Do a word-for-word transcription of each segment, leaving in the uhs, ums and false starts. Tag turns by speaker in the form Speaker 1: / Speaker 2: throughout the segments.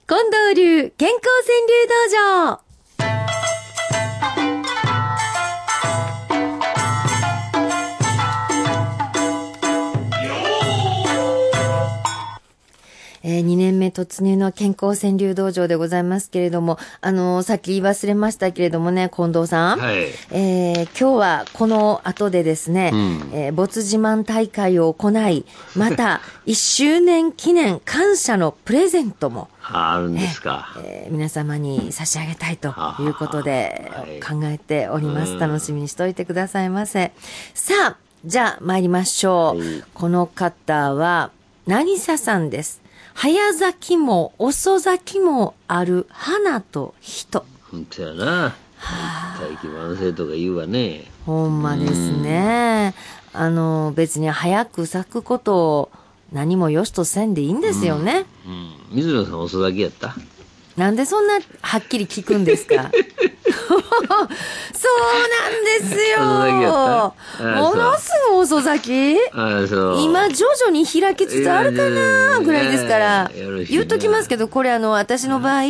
Speaker 1: 近藤流健康川柳道場。えー、にねんめ突入の健康川柳道場でございますけれども、あのー、さっき言い忘れましたけれどもね、近藤さん。
Speaker 2: はい。
Speaker 1: えー、今日はこの後でですね、うんえー、没自慢大会を行い、またいっしゅうねん記念感謝のプレゼントも、
Speaker 2: あるんですか。
Speaker 1: えー、皆様に差し上げたいということで考えております。楽しみにしておいてくださいませ。さあ、じゃあ参りましょう。はい、この方は、なぎささんです。早咲きも遅咲きもある花と人。
Speaker 2: ほんとやな。大器晩成とか言うわね。
Speaker 1: ほんまですね。あの別に早く咲くことを何もよしとせんでいいんですよね。
Speaker 2: うんうん、水野さん遅咲きやった？
Speaker 1: なんでそんなはっきり聞くんですか？そうなんですよ。
Speaker 2: 遅咲きやった？
Speaker 1: ものすごい遅咲き？
Speaker 2: あそう
Speaker 1: 今徐々に開きつつあるかなぐらいですから、言っときますけど、これあの私の場合、うん、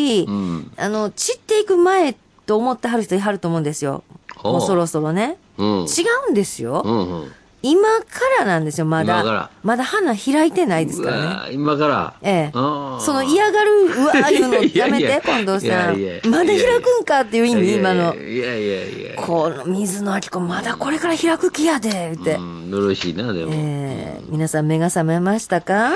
Speaker 1: あの散っていく前と思ってはる人いはると思うんですよ。もうそろそろね、うん、違うんですよ、うんうん、今からなんですよ。まだまだ花開いてないですからね。
Speaker 2: 今から、
Speaker 1: ええ、その嫌がるうわーいうのやめて近藤さん。いやいやまだ開くんかっていう意味。いやいや今の
Speaker 2: いやいやいや
Speaker 1: この水野明子まだこれから開く気やで言って、うん、
Speaker 2: よろしいな。でも、
Speaker 1: えー、皆さん目が覚めましたか？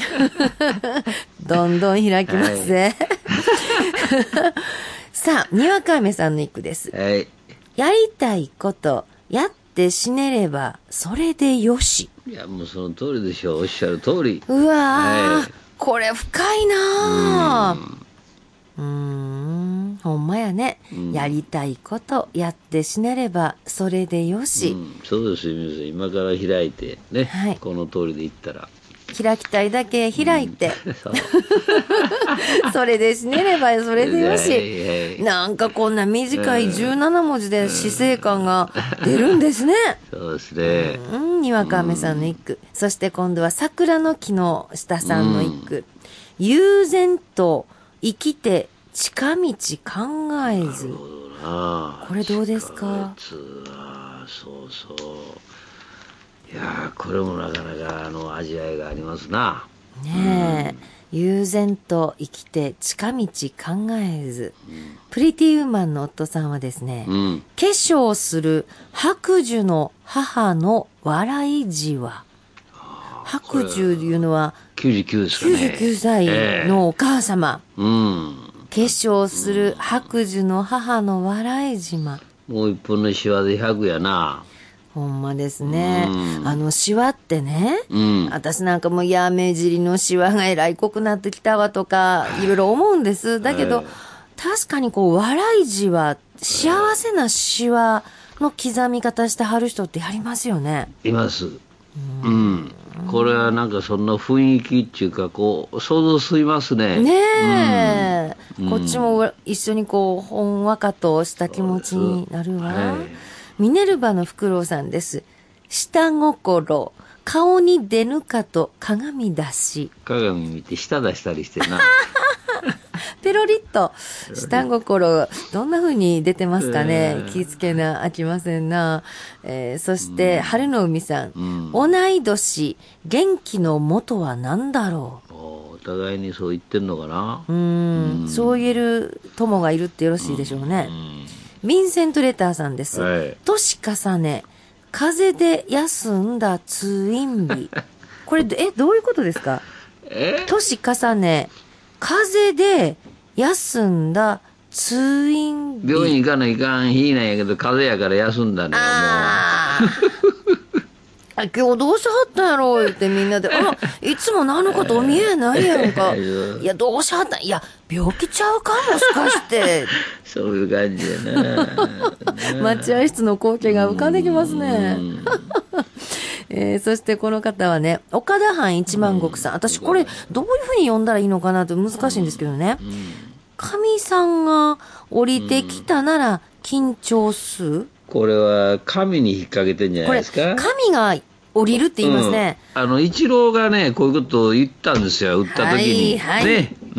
Speaker 1: どんどん開きますね、はい、さあにわか雨さんの一句です、
Speaker 2: はい、
Speaker 1: やりたいことやって死ねればそれでよし。
Speaker 2: いやもうその通りでしょう。おっしゃる通り。
Speaker 1: うわー、はい、これ深いなー。うーんほんまやね、うん、やりたいことやって死ねればそれでよし、うん、
Speaker 2: そうですよ。皆さん今から開いてね、はい、この通りでいったら
Speaker 1: 開きたいだけ開いて、うん、そ, それで死ねればそれでよし。なんかこんな短いじゅうななもじで死生観が出るんですね。
Speaker 2: そうですね。
Speaker 1: うん、にわか雨さんの一句、うん、そして今度は桜の木の下さんの一句、うん、悠然と生きて近道考えず。
Speaker 2: なるほどな。
Speaker 1: これどうですか？
Speaker 2: そうそう。いやこれもなかなかあの味わいがありますな。
Speaker 1: ねえ、うん、悠然と生きて近道考えず、うん、プリティウーマンの夫さんはですね、うん、化粧する白寿の母の笑いじわ。白寿というのは
Speaker 2: きゅうじゅうきゅうですかね。
Speaker 1: きゅうじゅうきゅうさいのお母様、えーうん、化粧する白寿の母の笑いじま。
Speaker 2: もう一本のシワでひゃくやな。
Speaker 1: ほんまですね、うん、あのシワってね、うん、私なんかもうや目尻のシワがえらい濃くなってきたわとかいろいろ思うんです。だけど、はい、確かにこう笑いじわ幸せなシワの刻み方してはる人ってやりますよね。
Speaker 2: います、うん、これはなんかそんな雰囲気っていうかこう想像しますね。
Speaker 1: ねえ、うん、こっちも一緒にこうほんわかとした気持ちになるわ、はい、ミネルヴァのフクロウさんです。下心顔に出ぬかと鏡出し。
Speaker 2: 鏡見て舌出したりしてな。
Speaker 1: ペロリッと下心どんな風に出てますかね、えー、気ぃつけなあきませんな、えー、そして、うん、春の海さん、うん、同い年元気の元は何だろう。
Speaker 2: お互いにそう言ってんのかな。
Speaker 1: うーん、うん、そう言える友がいるってよろしいでしょうね、うん、ヴィンセント・レターさんです、はい、年重ね風邪で休んだ通院日。これえどういうことですか？え年重ね風邪で休んだ通院日。
Speaker 2: 病院行かないかん日なんやけど風邪やから休んだのよ。
Speaker 1: ああ今日どうしはったんやろうってみんなであいつも何のことお見えないやんか。いやどうしはったんいや病気ちゃうかもしかして
Speaker 2: そういう感じやな。
Speaker 1: 待合室の光景が浮かんできますね。えー、そしてこの方はね岡田藩一万石さん。私これどういうふうに読んだらいいのかなと難しいんですけどね、神さんが降りてきたなら緊張する。
Speaker 2: これは神に引っ掛けてんじゃないですか。
Speaker 1: これ神が降りるって言いますね、
Speaker 2: うん、あのイチローがねこういうことを言ったんですよ打った時に、
Speaker 1: はいはい、
Speaker 2: ねうん、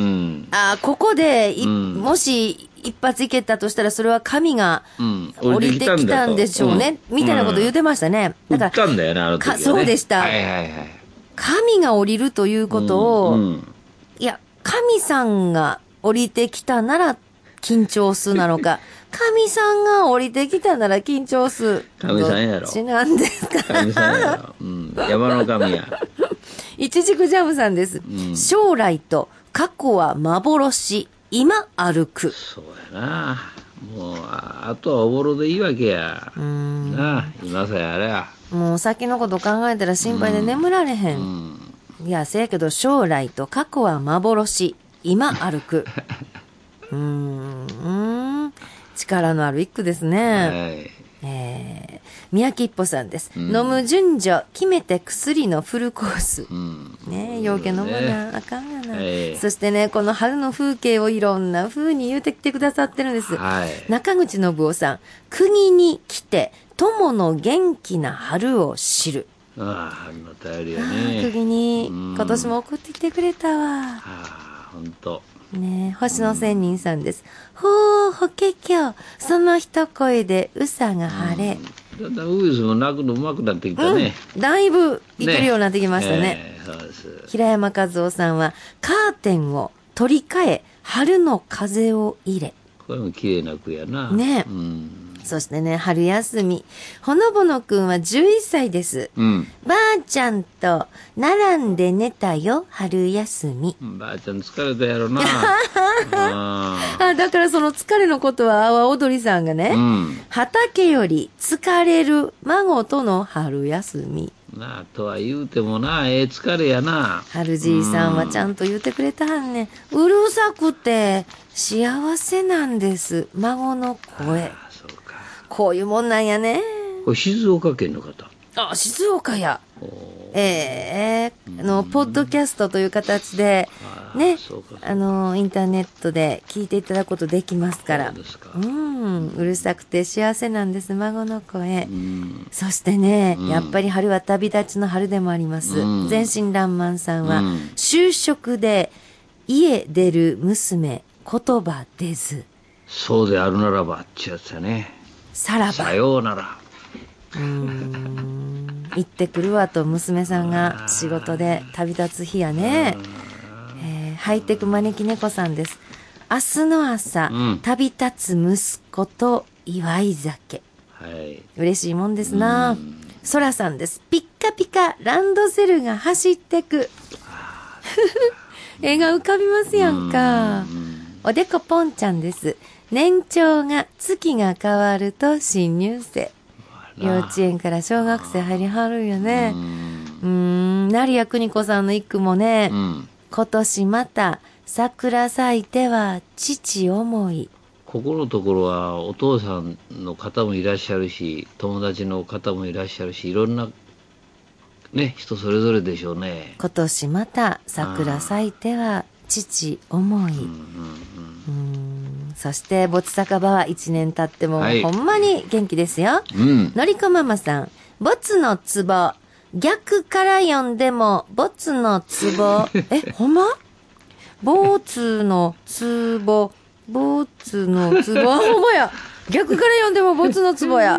Speaker 1: あここで、
Speaker 2: うん、
Speaker 1: もし一発いけたとしたらそれは神が降りてきたんでしょうね、うん、みたいなこと言ってましたね、
Speaker 2: うん、だから打ったんだよねあの時はね。
Speaker 1: そうでした、
Speaker 2: はいはいはい、
Speaker 1: 神が降りるということを、
Speaker 2: うんうん、
Speaker 1: いや神さんが降りてきたなら緊張するなのか神さんが降りてきたなら緊張する
Speaker 2: 神さんやろ、
Speaker 1: どっちなんですか。
Speaker 2: 神さんやろ、うん、山の神や。
Speaker 1: いちじくジャムさんです、うん、将来と過去は幻今歩く。
Speaker 2: そうやな、もうあとはおぼろでいいわけや、うんなあ、今さやあれや
Speaker 1: もう先のこと考えたら心配で眠られへん、うんうん、いやせやけど将来と過去は幻今歩くうーん力のある一句ですね、はいえー、宮城一歩さんです、うん、飲む順序決めて薬のフルコース、うん、ね陽気飲むな、ね、あかんがな、はい、そしてねこの春の風景をいろんな風に言うてきてくださってるんです、はい、中口信夫さん国に来て友の元気な春を知る。
Speaker 2: ああ春の便りやね。
Speaker 1: 釘に今年も送ってきてくれたわ。あ
Speaker 2: あ本当
Speaker 1: ね星野仙人さんです、ほう法華経その一声でうさが晴れ、
Speaker 2: だんだんウイルスも泣くのうまくなってきたね、
Speaker 1: うん、だいぶいけるようになってきましたね、ね
Speaker 2: えー、そうです。
Speaker 1: 平山和夫さんはカーテンを取り替え春の風を入れ。
Speaker 2: これも綺麗な句やな
Speaker 1: ね、うんそしてね春休みほのぼのくんはじゅういっさいです、うん、ばあちゃんと並んで寝たよ春休み。
Speaker 2: ばあちゃん疲れたやろな
Speaker 1: ああだからその疲れのことは阿波踊りさんがね、うん、畑より疲れる孫との春休み
Speaker 2: なあとは言うてもなええ疲れやな。
Speaker 1: 春じいさんはちゃんと言ってくれたはんね、うん、うるさくて幸せなんです孫の声。こういうもんなんやね。
Speaker 2: これ静岡県の方。
Speaker 1: あ、静岡や。ええー、あのポッドキャストという形でね、あのインターネットで聞いていただくことできますから。そうですか。うん、うるさくて幸せなんです孫の声。そしてね、やっぱり春は旅立ちの春でもあります。全身らんまんさんは、就職で家出る娘言葉出ず。
Speaker 2: そうであるならばってやつだね。
Speaker 1: さらば
Speaker 2: さようなら
Speaker 1: うーん行ってくるわと娘さんが仕事で旅立つ日やね、えー、ハイテク招き猫さんです。明日の朝、うん、旅立つ息子と祝い酒、はい、嬉しいもんですな。そらさんです。ピッカピカランドセルが走ってく絵が浮かびますやんか。おでこぽんちゃんです。年長が月が変わると新入生、幼稚園から小学生入りはるんよね。うーんうーん成谷邦子さんの一句もね、うん、今年また桜咲いては父思い。
Speaker 2: ここのところはお父さんの方もいらっしゃるし友達の方もいらっしゃるしいろんなね人それぞれでしょうね。
Speaker 1: 今年また桜咲いては父思い、うんうんうん、そしてぼつ酒場はいちねん経っても、はい、ほんまに元気ですよ、うん、のりこママさんぼつのつぼ逆から読んでもぼつのつぼえほんまぼつのつぼぼつのつぼほんまや逆から読んでもぼつのつぼや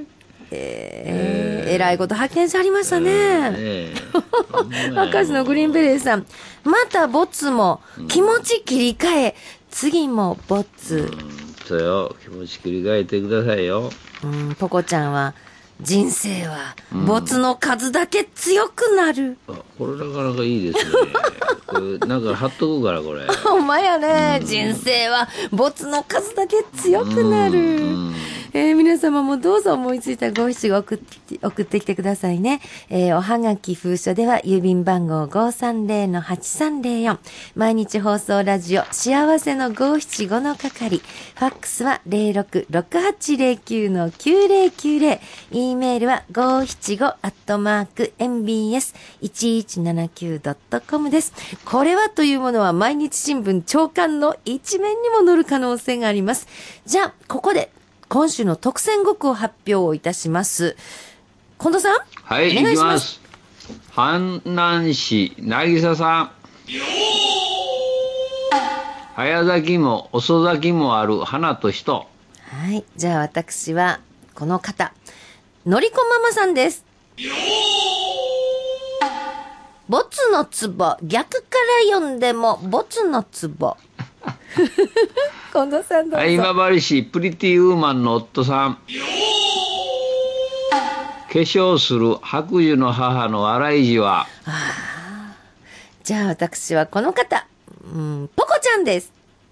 Speaker 1: えー、えらいこと発見されましたね、えー、明石のグリーンベレーさんまたボツも気持ち切り替え、うん、次もボツ、うん、
Speaker 2: そうよ気持ち切り替えてくださいよ。
Speaker 1: うんポコちゃんは人生はボツの数だけ強くなる、
Speaker 2: うん、あこれなかなかいいですねこれなんか貼っとくからこれ
Speaker 1: ほんまやね、うん、人生はボツの数だけ強くなる、うんえー、皆様もどうぞ思いついたご七五送って送ってきてくださいね、えー、おはがき封書では郵便番号 ごーさんぜろのはちさんぜろよん 毎日放送ラジオ幸せのごーしちごの係ファックスは ゼロろくろくはちゼロきゅうのきゅうゼロきゅうゼロ E メールは ごーしちごアットマークエムビーエスいちいちななきゅうドットコム です。これはというものは毎日新聞朝刊の一面にも載る可能性があります。じゃあここで今週の特選語句を発表いたします。近藤さん、
Speaker 2: はい、お願いします。阪南市渚さん。 早咲きも遅咲きもある花と人。
Speaker 1: はい。じゃあ私は、この方。のりこママさんです。ボツのツボ。逆から読んでも、ボツのツボ。近藤さんどうぞ。
Speaker 2: 今治市プリティウーマンの夫さん。化粧する白寿の母の洗いじは。
Speaker 1: あじゃあ私はこの方。うん、ポコちゃんです。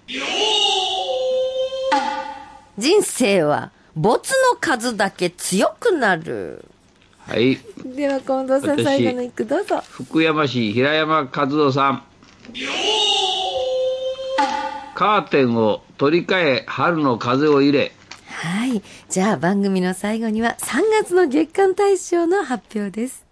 Speaker 1: 人生はボツの数だけ強くなる。
Speaker 2: はい。
Speaker 1: では近藤さん最後の一句どうぞ。
Speaker 2: 福山市平山和夫さん。カーテンを取り替え春の風を入れ。
Speaker 1: はい。じゃあ番組の最後にはさんがつの月間大賞の発表です。